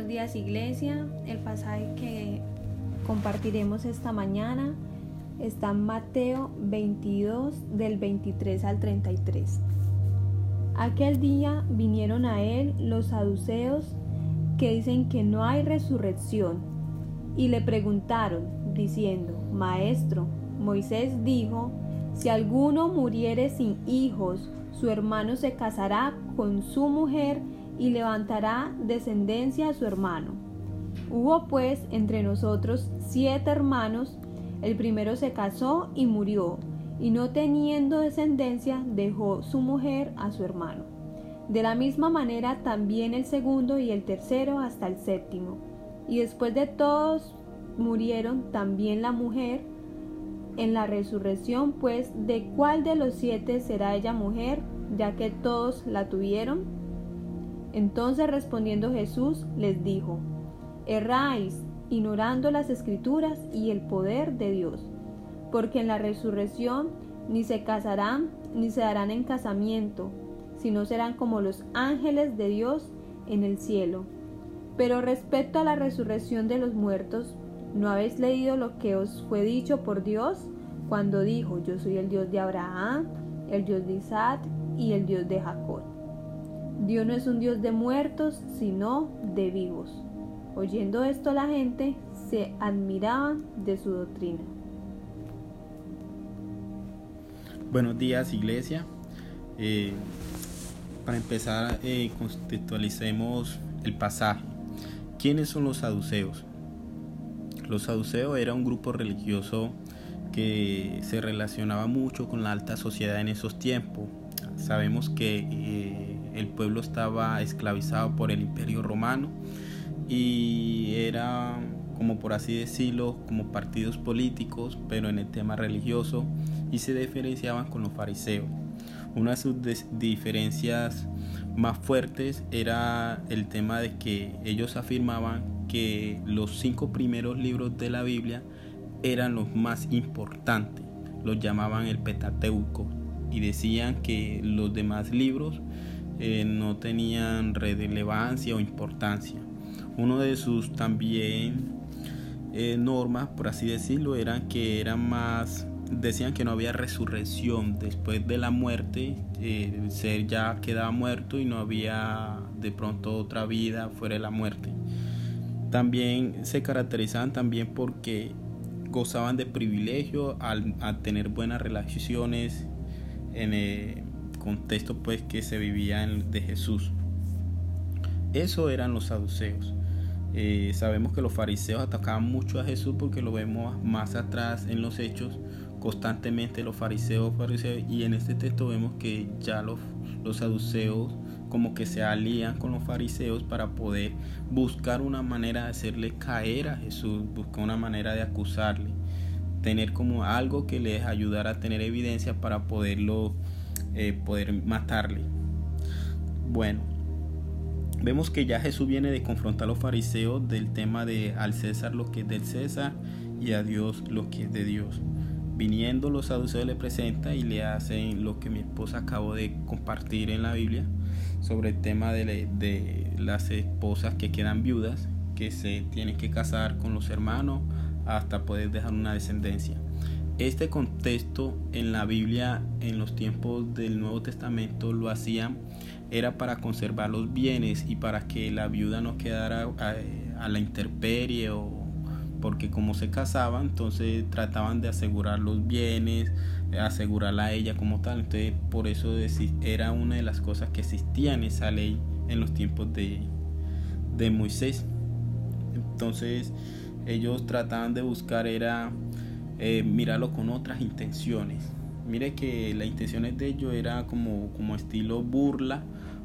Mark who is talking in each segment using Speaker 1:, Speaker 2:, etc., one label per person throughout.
Speaker 1: días, Iglesia. El pasaje que compartiremos esta mañana está en Mateo 22 del 23 al 33. Aquel día vinieron a él los saduceos que dicen que no hay resurrección y le preguntaron diciendo: Maestro, Moisés dijo: si alguno muriere sin hijos, su hermano se casará con su mujer y levantará descendencia a su hermano. Hubo pues entre nosotros 7 hermanos. El primero se casó y murió, y no teniendo descendencia dejó su mujer a su hermano. De la misma manera también el segundo y el tercero hasta el séptimo. Y después de todos murieron también la mujer. En la resurrección, pues, ¿de cuál de los 7 será ella mujer, ya que todos la tuvieron? Entonces respondiendo Jesús les dijo: erráis, ignorando las Escrituras y el poder de Dios, porque en la resurrección ni se casarán ni se darán en casamiento, sino serán como los ángeles de Dios en el cielo. Pero respecto a la resurrección de los muertos, ¿no habéis leído lo que os fue dicho por Dios cuando dijo: yo soy el Dios de Abraham, el Dios de Isaac y el Dios de Jacob? Dios no es un Dios de muertos, sino de vivos. Oyendo esto, la gente se admiraban de su doctrina.
Speaker 2: Buenos días, Iglesia. Para empezar, contextualicemos el pasaje. ¿Quiénes son los saduceos? Los saduceos era un grupo religioso que se relacionaba mucho con la alta sociedad en esos tiempos. Sabemos que el pueblo estaba esclavizado por el Imperio Romano y era, como por así decirlo, como partidos políticos, pero en el tema religioso, y se diferenciaban con los fariseos. Una de sus diferencias más fuertes era el tema de que ellos afirmaban que los 5 primeros libros de la Biblia eran los más importantes, los llamaban el Pentateuco, y decían que los demás libros no tenían relevancia o importancia. Uno de sus también normas, por así decirlo, decían que no había resurrección después de la muerte. El ser ya quedaba muerto y no había de pronto otra vida fuera de la muerte. También se caracterizaban también porque gozaban de privilegio al tener buenas relaciones en el contexto pues que se vivía de Jesús. Eso eran los saduceos. Sabemos que los fariseos atacaban mucho a Jesús, porque lo vemos más atrás en los Hechos, constantemente los fariseos, y en este texto vemos que ya los saduceos como que se alían con los fariseos para poder buscar una manera de hacerle caer a Jesús, buscar una manera de acusarle, tener como algo que les ayudara a tener evidencia para poder matarle. Bueno, vemos que ya Jesús viene de confrontar a los fariseos del tema de al César lo que es del César y a Dios lo que es de Dios. Viniendo, los saduceos le presentan y le hacen lo que mi esposa acabó de compartir en la Biblia sobre el tema de las esposas que quedan viudas, que se tienen que casar con los hermanos hasta poder dejar una descendencia. Este contexto en la Biblia, en los tiempos del Nuevo Testamento, lo hacían era para conservar los bienes y para que la viuda no quedara a la intemperie, porque como se casaban, entonces trataban de asegurar los bienes, asegurarla a ella como tal. Entonces por eso era una de las cosas que existía en esa ley en los tiempos de Moisés. Entonces ellos trataban de buscar mirarlo con otras intenciones. Mire que las intenciones de ellos era como estilo burla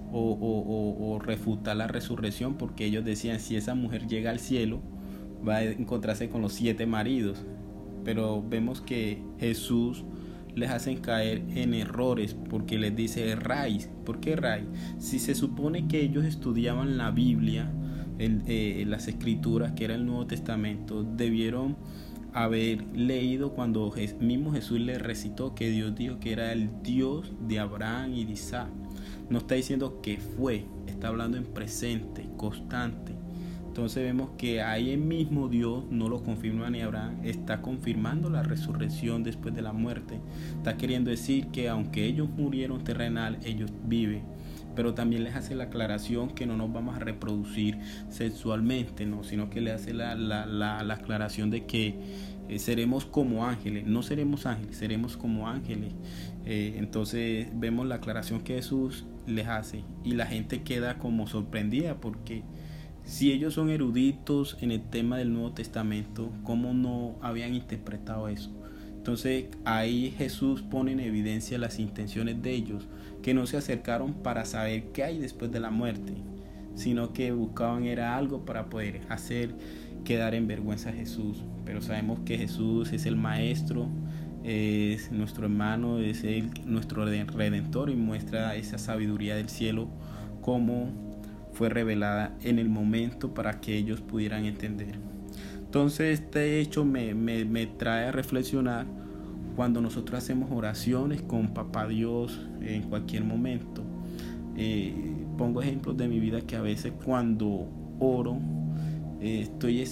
Speaker 2: o refutar la resurrección, porque ellos decían: si esa mujer llega al cielo va a encontrarse con los 7 maridos. Pero vemos que Jesús les hace caer en errores, porque les dice: erráis. ¿Por qué erráis? Si se supone que ellos estudiaban la Biblia, las Escrituras, que era el Nuevo Testamento, debieron haber leído cuando mismo Jesús les recitó que Dios dijo que era el Dios de Abraham y de Isaac. No está diciendo que fue, está hablando en presente, constante, Entonces vemos que ahí mismo Dios no lo confirma ni Abraham, está confirmando la resurrección después de la muerte. Está queriendo decir que aunque ellos murieron terrenal, ellos viven. Pero también les hace la aclaración que no nos vamos a reproducir sexualmente, ¿no? Sino que le hace la aclaración de que seremos como ángeles. No seremos ángeles, seremos como ángeles. Entonces vemos la aclaración que Jesús les hace y la gente queda como sorprendida, porque si ellos son eruditos en el tema del Nuevo Testamento, ¿cómo no habían interpretado eso? Entonces ahí Jesús pone en evidencia las intenciones de ellos, que no se acercaron para saber qué hay después de la muerte, sino que buscaban era algo para poder hacer quedar en vergüenza a Jesús. Pero sabemos que Jesús es el Maestro, es nuestro hermano, es nuestro Redentor, y muestra esa sabiduría del cielo como fue revelada en el momento para que ellos pudieran entender. Entonces este hecho me trae a reflexionar cuando nosotros hacemos oraciones con Papá Dios en cualquier momento. Pongo ejemplos de mi vida que a veces cuando oro estoy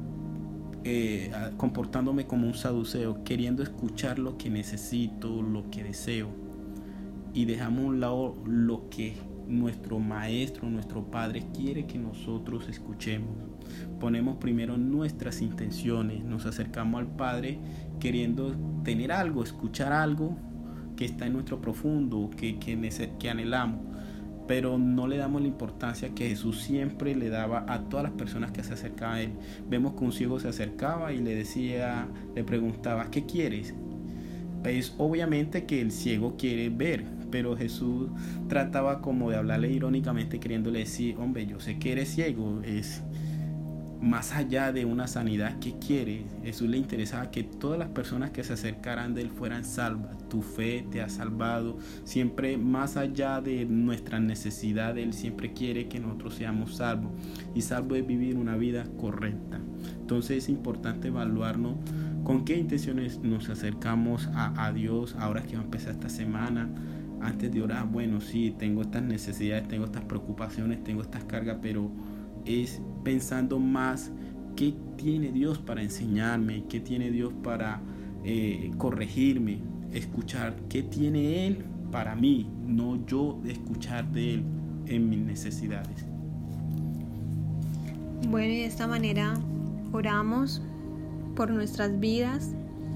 Speaker 2: comportándome como un saduceo, queriendo escuchar lo que necesito, lo que deseo, y dejamos a un lado lo que nuestro Maestro, nuestro Padre quiere que nosotros escuchemos. Ponemos primero nuestras intenciones, nos acercamos al Padre queriendo tener algo, escuchar algo que está en nuestro profundo, que anhelamos, pero no le damos la importancia que Jesús siempre le daba a todas las personas que se acercaban a Él. Vemos que un ciego se acercaba y le preguntaba, ¿qué quieres? Pues obviamente que el ciego quiere ver, pero Jesús trataba como de hablarle irónicamente, queriéndole decir, hombre, yo sé que eres ciego, es más allá de una sanidad que quiere. Jesús le interesaba que todas las personas que se acercaran de Él fueran salvas. Tu fe te ha salvado. Siempre más allá de nuestra necesidad, Él siempre quiere que nosotros seamos salvos, y salvo es vivir una vida correcta. Entonces es importante evaluarnos con qué intenciones nos acercamos a Dios ahora que va a empezar esta semana. Antes de orar, bueno, sí, tengo estas necesidades, tengo estas preocupaciones, tengo estas cargas, pero es pensando más qué tiene Dios para enseñarme, qué tiene Dios para corregirme, escuchar qué tiene Él para mí, no yo escuchar de Él en mis necesidades.
Speaker 1: Bueno, y de esta manera oramos por nuestras vidas,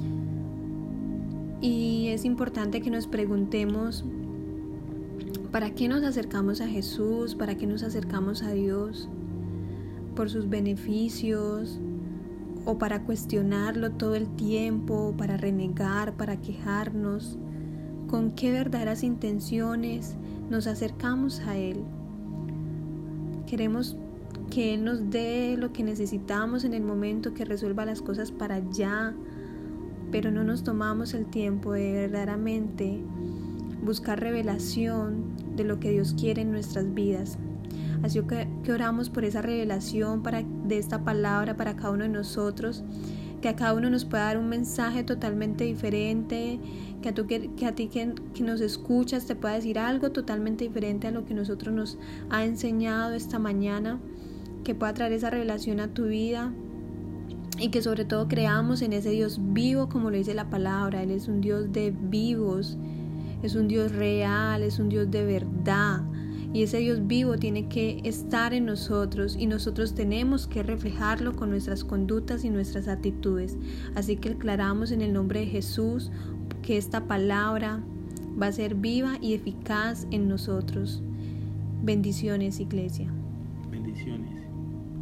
Speaker 1: y es importante que nos preguntemos ¿para qué nos acercamos a Jesús? ¿Para qué nos acercamos a Dios? ¿Por sus beneficios? ¿O para cuestionarlo todo el tiempo? ¿Para renegar? ¿Para quejarnos? ¿Con qué verdaderas intenciones nos acercamos a Él? Queremos que Él nos dé lo que necesitamos en el momento, que resuelva las cosas para allá, pero no nos tomamos el tiempo de verdaderamente buscar revelación de lo que Dios quiere en nuestras vidas. Así que oramos por esa revelación de esta palabra para cada uno de nosotros, que a cada uno nos pueda dar un mensaje totalmente diferente, que a ti que nos escuchas te pueda decir algo totalmente diferente a lo que nosotros nos ha enseñado esta mañana, que pueda traer esa revelación a tu vida, y que sobre todo creamos en ese Dios vivo, como lo dice la palabra. Él es un Dios de vivos, es un Dios real, es un Dios de verdad, y ese Dios vivo tiene que estar en nosotros, y nosotros tenemos que reflejarlo con nuestras conductas y nuestras actitudes. Así que declaramos en el nombre de Jesús que esta palabra va a ser viva y eficaz en nosotros. Bendiciones, iglesia.
Speaker 2: Bendiciones.